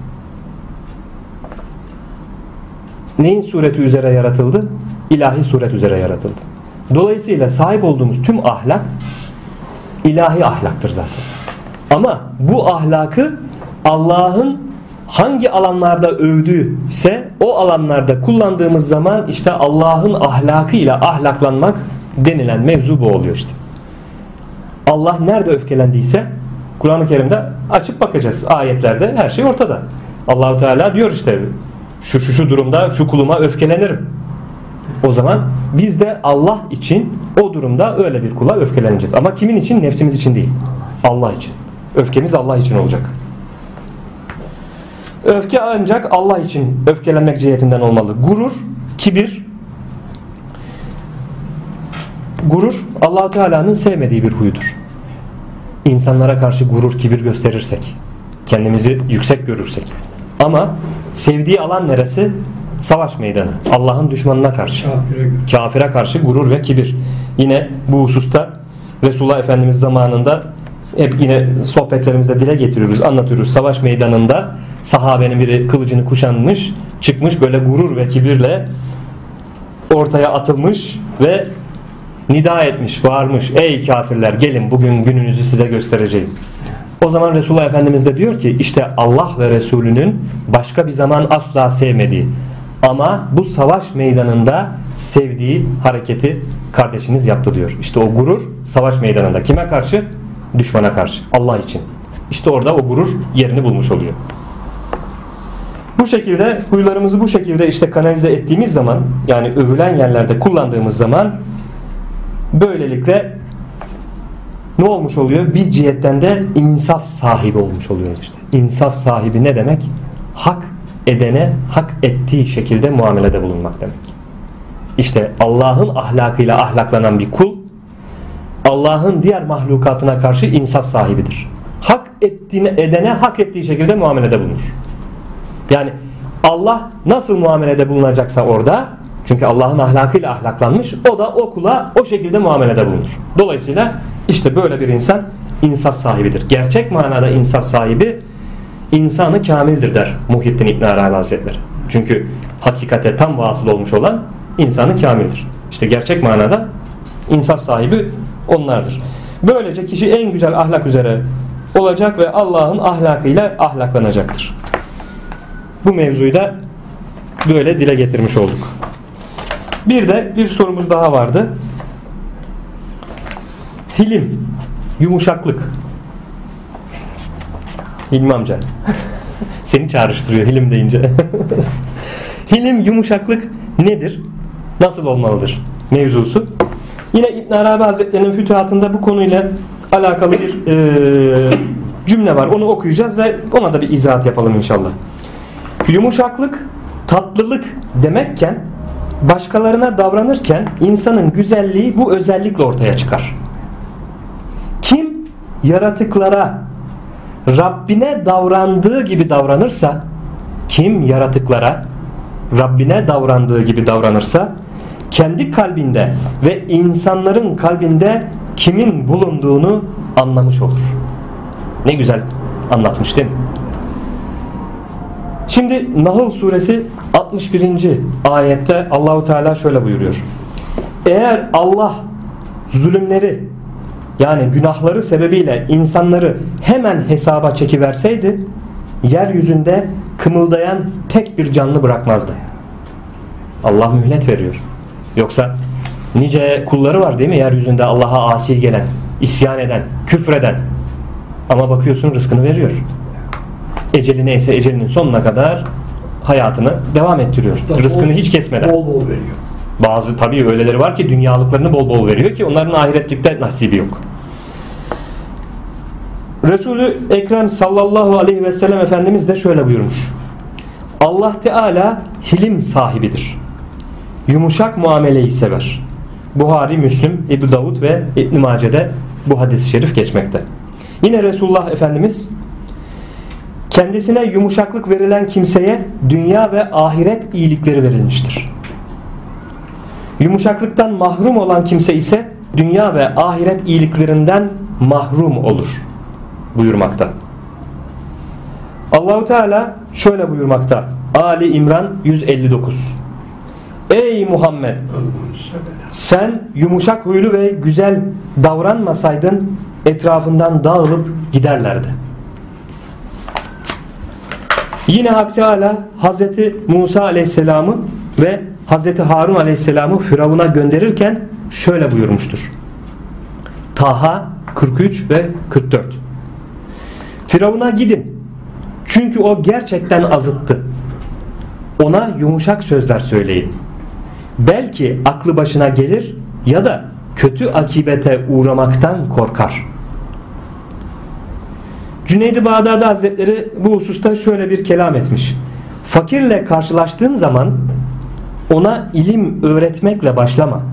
[SPEAKER 1] neyin sureti üzere yaratıldı? İlahi suret üzere yaratıldı. Dolayısıyla sahip olduğumuz tüm ahlak ilahi ahlaktır zaten. Ama bu ahlakı Allah'ın hangi alanlarda övdüyse o alanlarda kullandığımız zaman işte Allah'ın ahlakıyla ahlaklanmak denilen mevzu bu oluyor işte. Allah nerede öfkelendiyse Kur'an-ı Kerim'de açıp bakacağız. Ayetlerde her şey ortada. Allahu Teala diyor işte şu şu şu durumda şu kuluma öfkelenirim. O zaman biz de Allah için o durumda öyle bir kula öfkeleneceğiz. Ama kimin için? Nefsimiz için değil. Allah için. Öfkemiz Allah için olacak. Öfke ancak Allah için öfkelenmek cihetinden olmalı. Gurur, kibir, gurur Allah-u Teala'nın sevmediği bir huyudur. İnsanlara karşı gurur, kibir gösterirsek, kendimizi yüksek görürsek. Ama sevdiği alan neresi? Savaş meydanı. Allah'ın düşmanına karşı. Kafire, kafire karşı gurur ve kibir. Yine bu hususta Resulullah Efendimiz zamanında hep yine sohbetlerimizde dile getiriyoruz, anlatıyoruz. Savaş meydanında sahabenin biri kılıcını kuşanmış, çıkmış böyle gurur ve kibirle ortaya atılmış ve nida etmiş, bağırmış. Ey kafirler gelin bugün gününüzü size göstereceğim. O zaman Resulullah Efendimiz de diyor ki işte Allah ve Resulünün başka bir zaman asla sevmediği ama bu savaş meydanında sevdiği hareketi kardeşiniz yaptı diyor. İşte o gurur savaş meydanında. Kime karşı? Düşmana karşı. Allah için. İşte orada o gurur yerini bulmuş oluyor. Bu şekilde huylarımızı bu şekilde işte kanalize ettiğimiz zaman yani övülen yerlerde kullandığımız zaman böylelikle ne olmuş oluyor? Bir cihetten de insaf sahibi olmuş oluyoruz işte. İnsaf sahibi ne demek? Hak edene hak ettiği şekilde muamelede bulunmak demek. İşte Allah'ın ahlakıyla ahlaklanan bir kul Allah'ın diğer mahlukatına karşı insaf sahibidir. Hak ettiğine, edene hak ettiği şekilde muamelede bulunur. Yani Allah nasıl muamelede bulunacaksa orada, çünkü Allah'ın ahlakıyla ahlaklanmış, o da o kula o şekilde muamelede bulunur. Dolayısıyla işte böyle bir insan insaf sahibidir. Gerçek manada insaf sahibi insanı kamildir der Muhyiddin İbn Arabi Hazretleri. Çünkü hakikate tam vasıl olmuş olan insanı kamildir. İşte gerçek manada insaf sahibi onlardır. Böylece kişi en güzel ahlak üzere olacak ve Allah'ın ahlakıyla ahlaklanacaktır. Bu mevzuyu da böyle dile getirmiş olduk. Bir de bir sorumuz daha vardı. Hilim, yumuşaklık. Hilmi amca. Seni çağrıştırıyor hilim deyince. Hilim, yumuşaklık nedir? Nasıl olmalıdır? Mevzusu. Yine İbn Arabi Hazretleri'nin fütuhatında bu konuyla alakalı bir e, cümle var. Onu okuyacağız ve ona da bir izahat yapalım inşallah. Yumuşaklık, tatlılık demekken başkalarına davranırken insanın güzelliği bu özellikle ortaya çıkar. Kim yaratıklara Rabbine davrandığı gibi davranırsa, kim yaratıklara Rabbine davrandığı gibi davranırsa, kendi kalbinde ve insanların kalbinde kimin bulunduğunu anlamış olur. Ne güzel anlatmış değil mi? Şimdi Nahl suresi altmış birinci ayette Allahu Teala şöyle buyuruyor. Eğer Allah zulümleri yani günahları sebebiyle insanları hemen hesaba çekiverseydi yeryüzünde kımıldayan tek bir canlı bırakmazdı. Allah mühlet veriyor. Yoksa nice kulları var değil mi yeryüzünde Allah'a asi gelen, isyan eden, küfreden. Ama bakıyorsun rızkını veriyor. Eceli neyse ecelinin sonuna kadar hayatını devam ettiriyor. Rızkını hiç kesmeden.
[SPEAKER 2] Bol bol veriyor.
[SPEAKER 1] Bazı tabii öyleleri var ki dünyalıklarını bol bol veriyor ki onların ahiretlikte nasibi yok. Resulü Ekrem sallallahu aleyhi ve sellem Efendimiz de şöyle buyurmuş. Allah Teala hilim sahibidir. Yumuşak muameleyi sever. Buhari, Müslim, Ebu Davud ve İbn Mace'de bu hadis-i şerif geçmekte. Yine Resulullah Efendimiz kendisine yumuşaklık verilen kimseye dünya ve ahiret iyilikleri verilmiştir. Yumuşaklıktan mahrum olan kimse ise dünya ve ahiret iyiliklerinden mahrum olur buyurmakta. Allahu Teala şöyle buyurmakta. Ali İmran yüz elli dokuz. Ey Muhammed, sen yumuşak huylu ve güzel davranmasaydın etrafından dağılıp giderlerdi. Yine Hak Teala Hazreti Musa Aleyhisselam'ı ve Hazreti Harun Aleyhisselam'ı Firavun'a gönderirken şöyle buyurmuştur. Taha kırk üç ve kırk dört. Firavun'a gidin. Çünkü o gerçekten azıttı. Ona yumuşak sözler söyleyin. Belki aklı başına gelir ya da kötü akibete uğramaktan korkar. Cüneyd-i Bağdadi Hazretleri bu hususta şöyle bir kelam etmiş. Fakirle karşılaştığın zaman ona ilim öğretmekle başlama.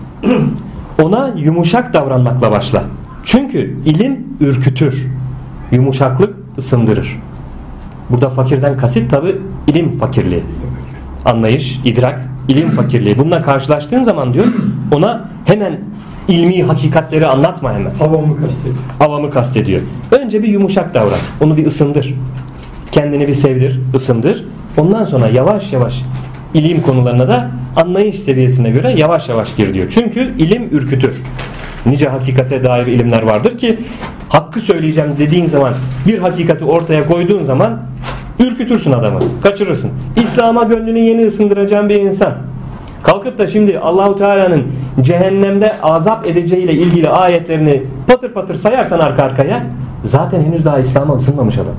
[SPEAKER 1] Ona yumuşak davranmakla başla. Çünkü ilim ürkütür. Yumuşaklık ısındırır. Burada fakirden kasıt tabi ilim fakirliği. Anlayış, idrak, ilim fakirliği. Bununla karşılaştığın zaman diyor ona hemen ilmi hakikatleri anlatma hemen.
[SPEAKER 2] Avamı kastediyor.
[SPEAKER 1] Avamı kastediyor. Önce bir yumuşak davran. Onu bir ısındır. Kendini bir sevdir, ısındır. Ondan sonra yavaş yavaş ilim konularına da anlayış seviyesine göre yavaş yavaş gir diyor. Çünkü ilim ürkütür. Nice hakikate dair ilimler vardır ki hakkı söyleyeceğim dediğin zaman, bir hakikati ortaya koyduğun zaman ürkütürsün adamı, kaçırırsın. İslam'a gönlünü yeni ısındıracağın bir insan kalkıp da şimdi Allahu Teala'nın cehennemde azap edeceğiyle ilgili ayetlerini patır patır sayarsan arka arkaya, zaten henüz daha İslam'a ısınmamış adam.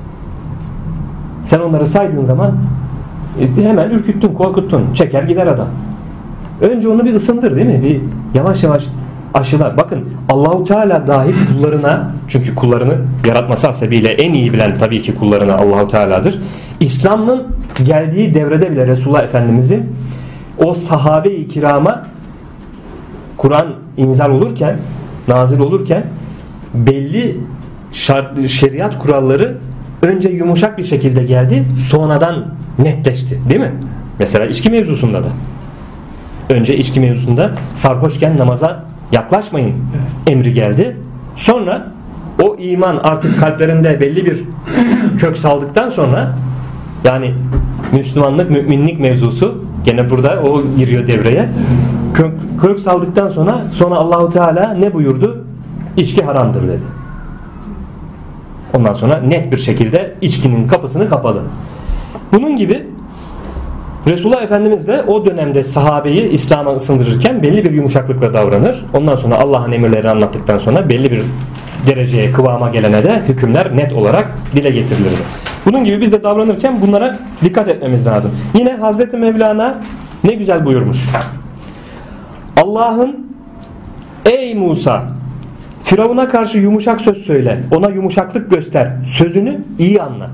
[SPEAKER 1] Sen onları saydığın zaman hemen ürküttün, korkuttun, çeker gider adam. Önce onu bir ısındır, değil mi? Bir yavaş yavaş aşılar. Bakın Allahu Teala dahi kullarına, çünkü kullarını yaratması hasebiyle en iyi bilen tabii ki kullarına Allahu Teala'dır. İslam'ın geldiği devrede bile Resulullah Efendimizin o sahabe-i kirama Kur'an inzal olurken, nazil olurken belli şart, şeriat kuralları önce yumuşak bir şekilde geldi, sonradan netleşti, değil mi? Mesela içki mevzusunda da. Önce içki mevzusunda sarhoşken namaza yaklaşmayın emri geldi. Sonra o iman artık kalplerinde belli bir kök saldıktan sonra, yani Müslümanlık, müminlik mevzusu gene burada o giriyor devreye. Kök, kök saldıktan sonra sonra Allahu Teala ne buyurdu? İçki haramdır dedi. Ondan sonra net bir şekilde içkinin kapısını kapadı. Bunun gibi Resulullah Efendimiz de o dönemde sahabeyi İslam'a ısındırırken belli bir yumuşaklıkla davranır. Ondan sonra Allah'ın emirlerini anlattıktan sonra belli bir dereceye, kıvama gelene de hükümler net olarak dile getirilirdi. Bunun gibi biz de davranırken bunlara dikkat etmemiz lazım. Yine Hazreti Mevlana ne güzel buyurmuş. Allah'ın ey Musa, Firavun'a karşı yumuşak söz söyle, ona yumuşaklık göster, sözünü iyi anla.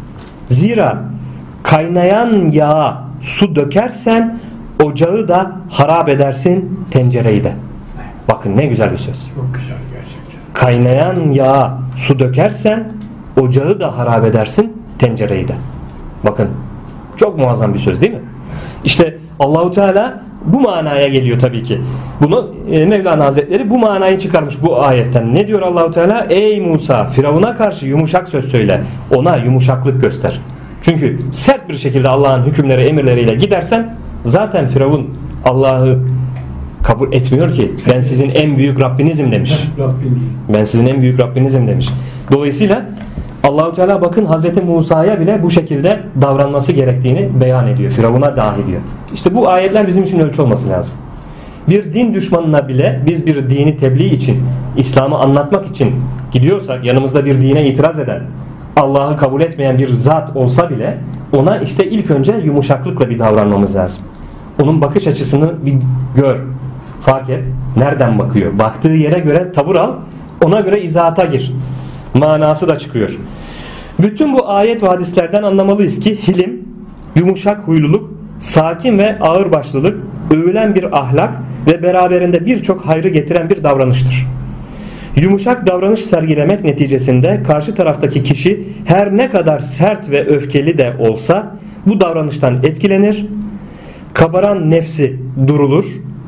[SPEAKER 1] Zira kaynayan yağa su dökersen ocağı da harap edersin, tencereyi de. Bakın ne güzel bir söz.
[SPEAKER 2] Çok güzel gerçekten.
[SPEAKER 1] Kaynayan yağa su dökersen ocağı da harap edersin, tencereyi de. Bakın çok muazzam bir söz, değil mi? İşte Allahu Teala bu manaya geliyor tabii ki. Bunu e, Mevlana Hazretleri bu manayı çıkarmış bu ayetten. Ne diyor Allahu Teala? Ey Musa, Firavun'a karşı yumuşak söz söyle. Ona yumuşaklık göster. Çünkü sert bir şekilde Allah'ın hükümleri, emirleriyle gidersen zaten Firavun Allah'ı kabul etmiyor ki. Ben sizin en büyük Rabbinizim demiş. Ben sizin en büyük Rabbinizim demiş. Dolayısıyla Allahu Teala bakın Hazreti Musa'ya bile bu şekilde davranması gerektiğini beyan ediyor. Firavun'a dahi diyor. İşte bu ayetler bizim için ölçü olması lazım. Bir din düşmanına bile biz bir dini tebliğ için, İslam'ı anlatmak için gidiyorsak, yanımızda bir dine itiraz eden, Allah'ı kabul etmeyen bir zat olsa bile ona işte ilk önce yumuşaklıkla bir davranmamız lazım. Onun bakış açısını bir gör, fark et. Nereden bakıyor? Baktığı yere göre tavır al, ona göre izahata gir. Manası da çıkıyor. Bütün bu ayet ve hadislerden anlamalıyız ki hilim, yumuşak huyluluk, sakin ve ağırbaşlılık, övülen bir ahlak ve beraberinde birçok hayrı getiren bir davranıştır. Yumuşak davranış sergilemek neticesinde karşı taraftaki kişi her ne kadar sert ve öfkeli de olsa bu davranıştan etkilenir, kabaran nefsi durulur,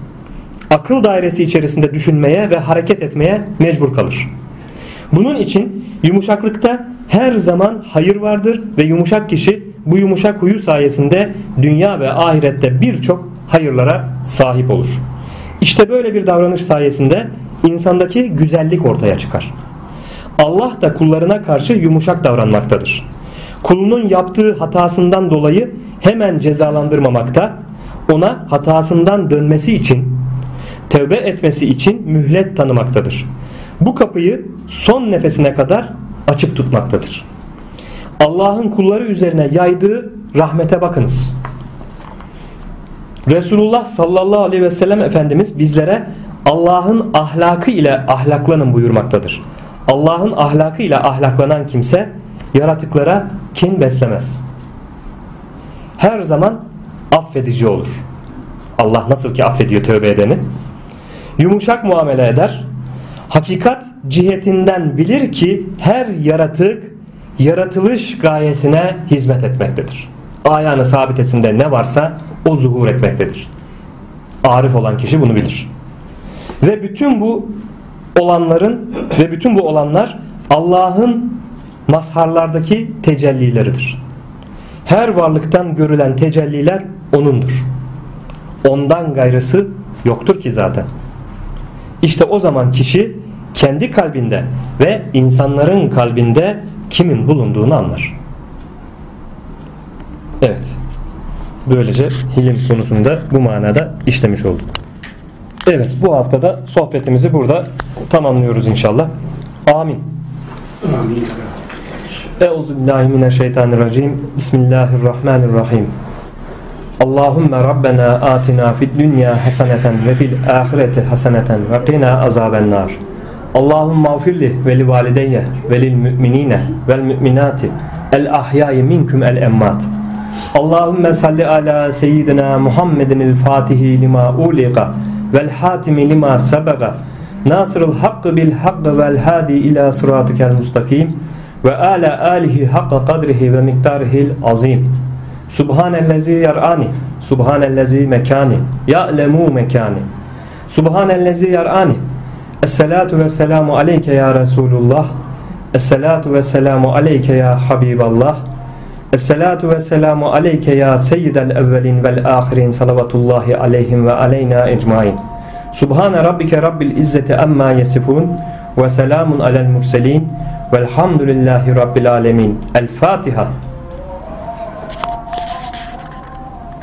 [SPEAKER 1] akıl dairesi içerisinde düşünmeye ve hareket etmeye mecbur kalır. Bunun için yumuşaklıkta her zaman hayır vardır ve yumuşak kişi bu yumuşak huyu sayesinde dünya ve ahirette birçok hayırlara sahip olur. İşte böyle bir davranış sayesinde insandaki güzellik ortaya çıkar. Allah da kullarına karşı yumuşak davranmaktadır. Kulunun yaptığı hatasından dolayı hemen cezalandırmamakta, ona hatasından dönmesi için, tevbe etmesi için mühlet tanımaktadır. Bu kapıyı son nefesine kadar açık tutmaktadır. Allah'ın kulları üzerine yaydığı rahmete bakınız. Resulullah sallallahu aleyhi ve sellem Efendimiz bizlere Allah'ın ahlakı ile ahlaklanın buyurmaktadır. Allah'ın ahlakı ile ahlaklanan kimse yaratıklara kin beslemez. Her zaman affedici olur. Allah nasıl ki affediyor tövbe edeni. Yumuşak muamele eder. Hakikat cihetinden bilir ki her yaratık yaratılış gayesine hizmet etmektedir. Ayağını sabitesinde ne varsa o zuhur etmektedir. Arif olan kişi bunu bilir. Ve bütün bu olanların ve bütün bu olanlar Allah'ın mazharlardaki tecellileridir. Her varlıktan görülen tecelliler O'nundur. Ondan gayrısı yoktur ki zaten. İşte o zaman kişi kendi kalbinde ve insanların kalbinde kimin bulunduğunu anlar. Evet. Böylece hilim konusunda bu manada işlemiş olduk. Evet, bu haftada sohbetimizi burada tamamlıyoruz inşallah. Amin.
[SPEAKER 2] Amin.
[SPEAKER 1] Euzubillahimineşşeytanirracim. Bismillahirrahmanirrahim. Allahümme Rabbena atina fid dünya haseneten ve fil ahireti haseneten ve qina azabennar. Allahümme afirli ve li valideyye ve lil müminine vel müminati el ahyai minkum el emmat. Allahümme salli ala seyyidina Muhammedin el fatihi lima uliqa vel hatimi lima sebaga nasırıl hakkı bil hakkı vel hadi ila sıratikel mustakim ve ala alihi hakka kadrihi ve miktarihil azim. Subhanellezi yar'ani Subhanellezi mekani ya'lemu mekani Subhanellezi yar'ani. Esselatu ve selamu aleyke ya Resulullah. Esselatu ve selamu aleyke ya Habiballah. Esselatu ve selamu aleyke ya seyyidel evvelin vel ahirin salavatullahi aleyhim ve aleyna ecmain. Subhane rabbike rabbil izzeti amma yesifun ve selamun alel murselin velhamdülillahi rabbil alemin. El Fatiha.